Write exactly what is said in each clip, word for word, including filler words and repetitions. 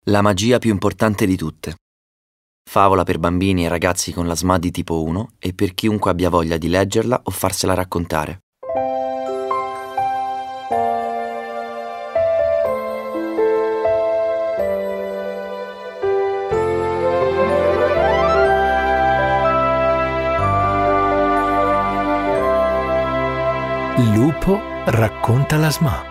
La magia più importante di tutte. Favola per bambini e ragazzi con l'asma di tipo uno e per chiunque abbia voglia di leggerla o farsela raccontare. Lupo racconta l'asma.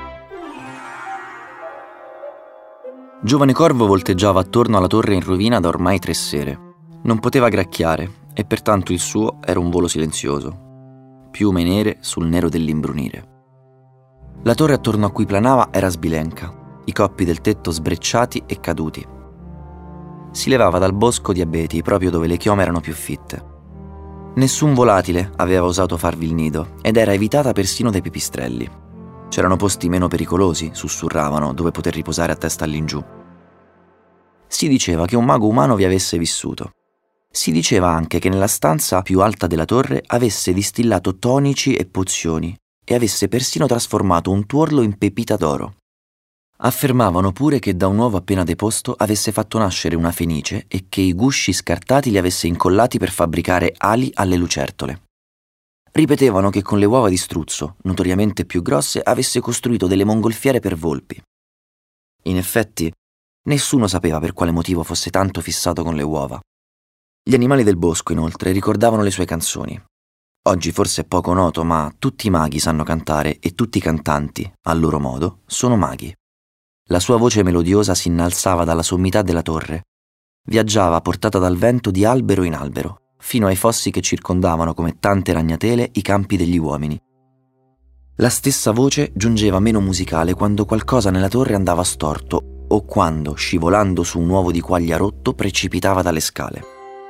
Giovane Corvo volteggiava attorno alla torre in rovina da ormai tre sere. Non poteva gracchiare e pertanto il suo era un volo silenzioso. Piume nere sul nero dell'imbrunire. La torre attorno a cui planava era sbilenca, i coppi del tetto sbrecciati e caduti. Si levava dal bosco di abeti proprio dove le chiome erano più fitte. Nessun volatile aveva osato farvi il nido ed era evitata persino dai pipistrelli. C'erano posti meno pericolosi, sussurravano, dove poter riposare a testa all'ingiù. Si diceva che un mago umano vi avesse vissuto. Si diceva anche che nella stanza più alta della torre avesse distillato tonici e pozioni e avesse persino trasformato un tuorlo in pepita d'oro. Affermavano pure che da un uovo appena deposto avesse fatto nascere una fenice e che i gusci scartati li avesse incollati per fabbricare ali alle lucertole. Ripetevano che con le uova di struzzo, notoriamente più grosse, avesse costruito delle mongolfiere per volpi. In effetti, nessuno sapeva per quale motivo fosse tanto fissato con le uova. Gli animali del bosco, inoltre, ricordavano le sue canzoni. Oggi forse è poco noto, ma tutti i maghi sanno cantare e tutti i cantanti, a loro modo, sono maghi. La sua voce melodiosa si innalzava dalla sommità della torre, viaggiava portata dal vento di albero in albero, fino ai fossi che circondavano come tante ragnatele i campi degli uomini. La stessa voce giungeva meno musicale quando qualcosa nella torre andava storto o quando, scivolando su un uovo di quaglia rotto, precipitava dalle scale.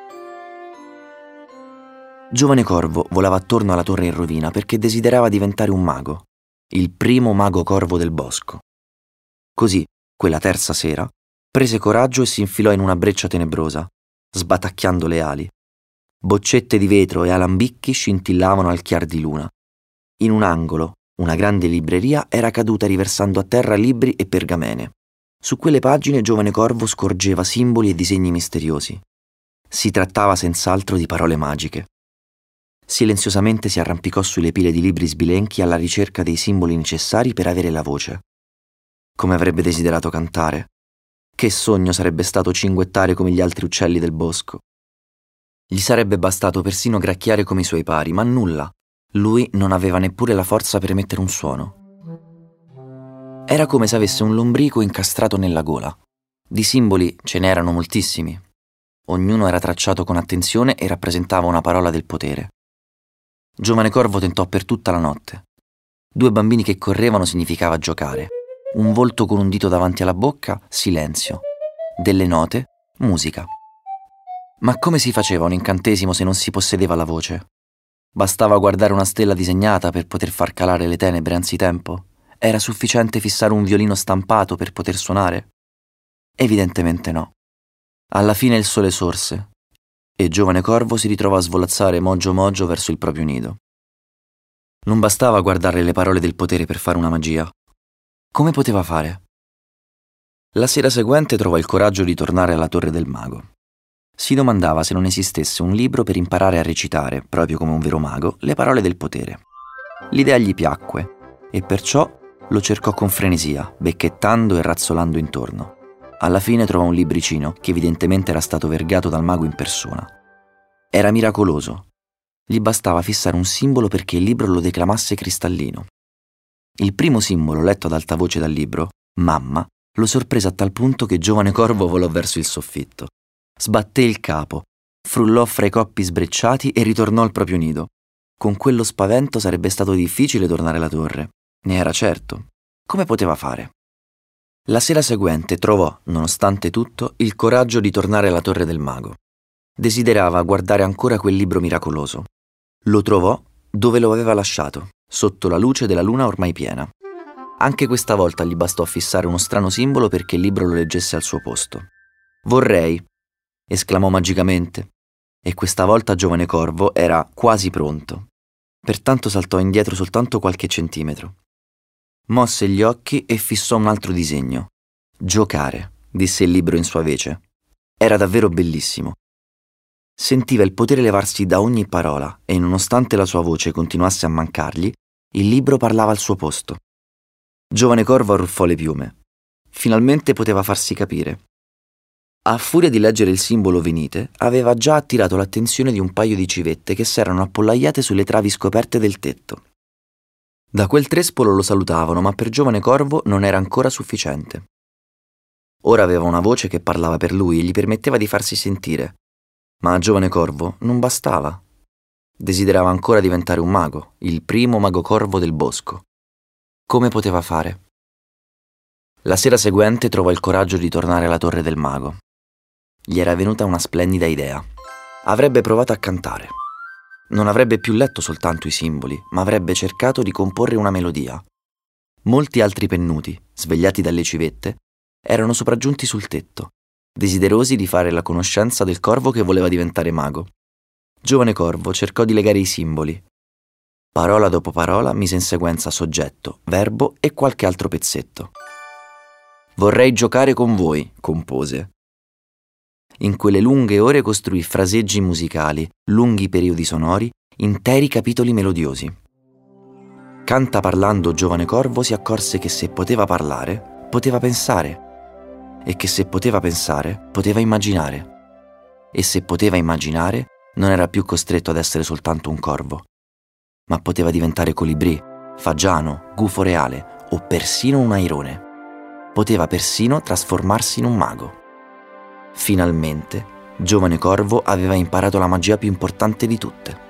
Giovane Corvo volava attorno alla torre in rovina perché desiderava diventare un mago, il primo mago corvo del bosco. Così, quella terza sera, prese coraggio e si infilò in una breccia tenebrosa, sbatacchiando le ali. Boccette di vetro e alambicchi scintillavano al chiar di luna. In un angolo, una grande libreria era caduta riversando a terra libri e pergamene. Su quelle pagine Giovane Corvo scorgeva simboli e disegni misteriosi. Si trattava senz'altro di parole magiche. Silenziosamente si arrampicò sulle pile di libri sbilenchi alla ricerca dei simboli necessari per avere la voce. Come avrebbe desiderato cantare. Che sogno sarebbe stato cinguettare come gli altri uccelli del bosco. Gli sarebbe bastato persino gracchiare come i suoi pari, ma nulla. Lui non aveva neppure la forza per emettere un suono. Era come se avesse un lombrico incastrato nella gola. Di simboli ce n'erano moltissimi. Ognuno era tracciato con attenzione e rappresentava una parola del potere. Giovane Corvo tentò per tutta la notte. Due bambini che correvano significava giocare. Un volto con un dito davanti alla bocca, silenzio. Delle note, musica. Ma come si faceva un incantesimo se non si possedeva la voce? Bastava guardare una stella disegnata per poter far calare le tenebre anzitempo? Era sufficiente fissare un violino stampato per poter suonare? Evidentemente no. Alla fine il sole sorse e Giovane Corvo si ritrovò a svolazzare mogio mogio verso il proprio nido. Non bastava guardare le parole del potere per fare una magia. Come poteva fare? La sera seguente trovò il coraggio di tornare alla torre del mago. Si domandava se non esistesse un libro per imparare a recitare, proprio come un vero mago, le parole del potere. L'idea gli piacque e perciò lo cercò con frenesia, becchettando e razzolando intorno. Alla fine trovò un libricino che evidentemente era stato vergato dal mago in persona. Era miracoloso. Gli bastava fissare un simbolo perché il libro lo declamasse cristallino. Il primo simbolo letto ad alta voce dal libro, mamma, lo sorprese a tal punto che Giovane Corvo volò verso il soffitto. Sbatté il capo, frullò fra i coppi sbrecciati e ritornò al proprio nido. Con quello spavento sarebbe stato difficile tornare alla torre. Ne era certo. Come poteva fare? La sera seguente trovò, nonostante tutto, il coraggio di tornare alla torre del mago. Desiderava guardare ancora quel libro miracoloso. Lo trovò dove lo aveva lasciato, sotto la luce della luna ormai piena. Anche questa volta gli bastò fissare uno strano simbolo perché il libro lo leggesse al suo posto. «Vorrei», esclamò magicamente, e questa volta Giovane Corvo era quasi pronto. Pertanto saltò indietro soltanto qualche centimetro. Mosse gli occhi e fissò un altro disegno. Giocare. disse il libro in sua vece. Era davvero bellissimo. Sentiva il potere levarsi da ogni parola e, nonostante la sua voce continuasse a mancargli, il libro parlava al suo posto. Giovane Corvo arruffò le piume. Finalmente poteva farsi capire. A furia di leggere il simbolo Venite, aveva già attirato l'attenzione di un paio di civette che s'erano appollaiate sulle travi scoperte del tetto. Da quel trespolo lo salutavano, ma per Giovane Corvo non era ancora sufficiente. Ora aveva una voce che parlava per lui e gli permetteva di farsi sentire. Ma a Giovane Corvo non bastava. Desiderava ancora diventare un mago, il primo mago corvo del bosco. Come poteva fare? La sera seguente trovò il coraggio di tornare alla torre del mago. Gli era venuta una splendida idea. Avrebbe provato a cantare. Non avrebbe più letto soltanto i simboli, ma avrebbe cercato di comporre una melodia. Molti altri pennuti, svegliati dalle civette, erano sopraggiunti sul tetto, desiderosi di fare la conoscenza del corvo che voleva diventare mago. Giovane Corvo cercò di legare i simboli. Parola dopo parola mise in sequenza soggetto, verbo e qualche altro pezzetto. «Vorrei giocare con voi», compose. In quelle lunghe ore costruì fraseggi musicali, lunghi periodi sonori, interi capitoli melodiosi. Canta parlando Giovane Corvo si accorse che se poteva parlare, poteva pensare. E che se poteva pensare, poteva immaginare. E se poteva immaginare, non era più costretto ad essere soltanto un corvo, ma poteva diventare colibrì, fagiano, gufo reale o persino un airone. Poteva persino trasformarsi in un mago. Finalmente, Giovane Corvo aveva imparato la magia più importante di tutte.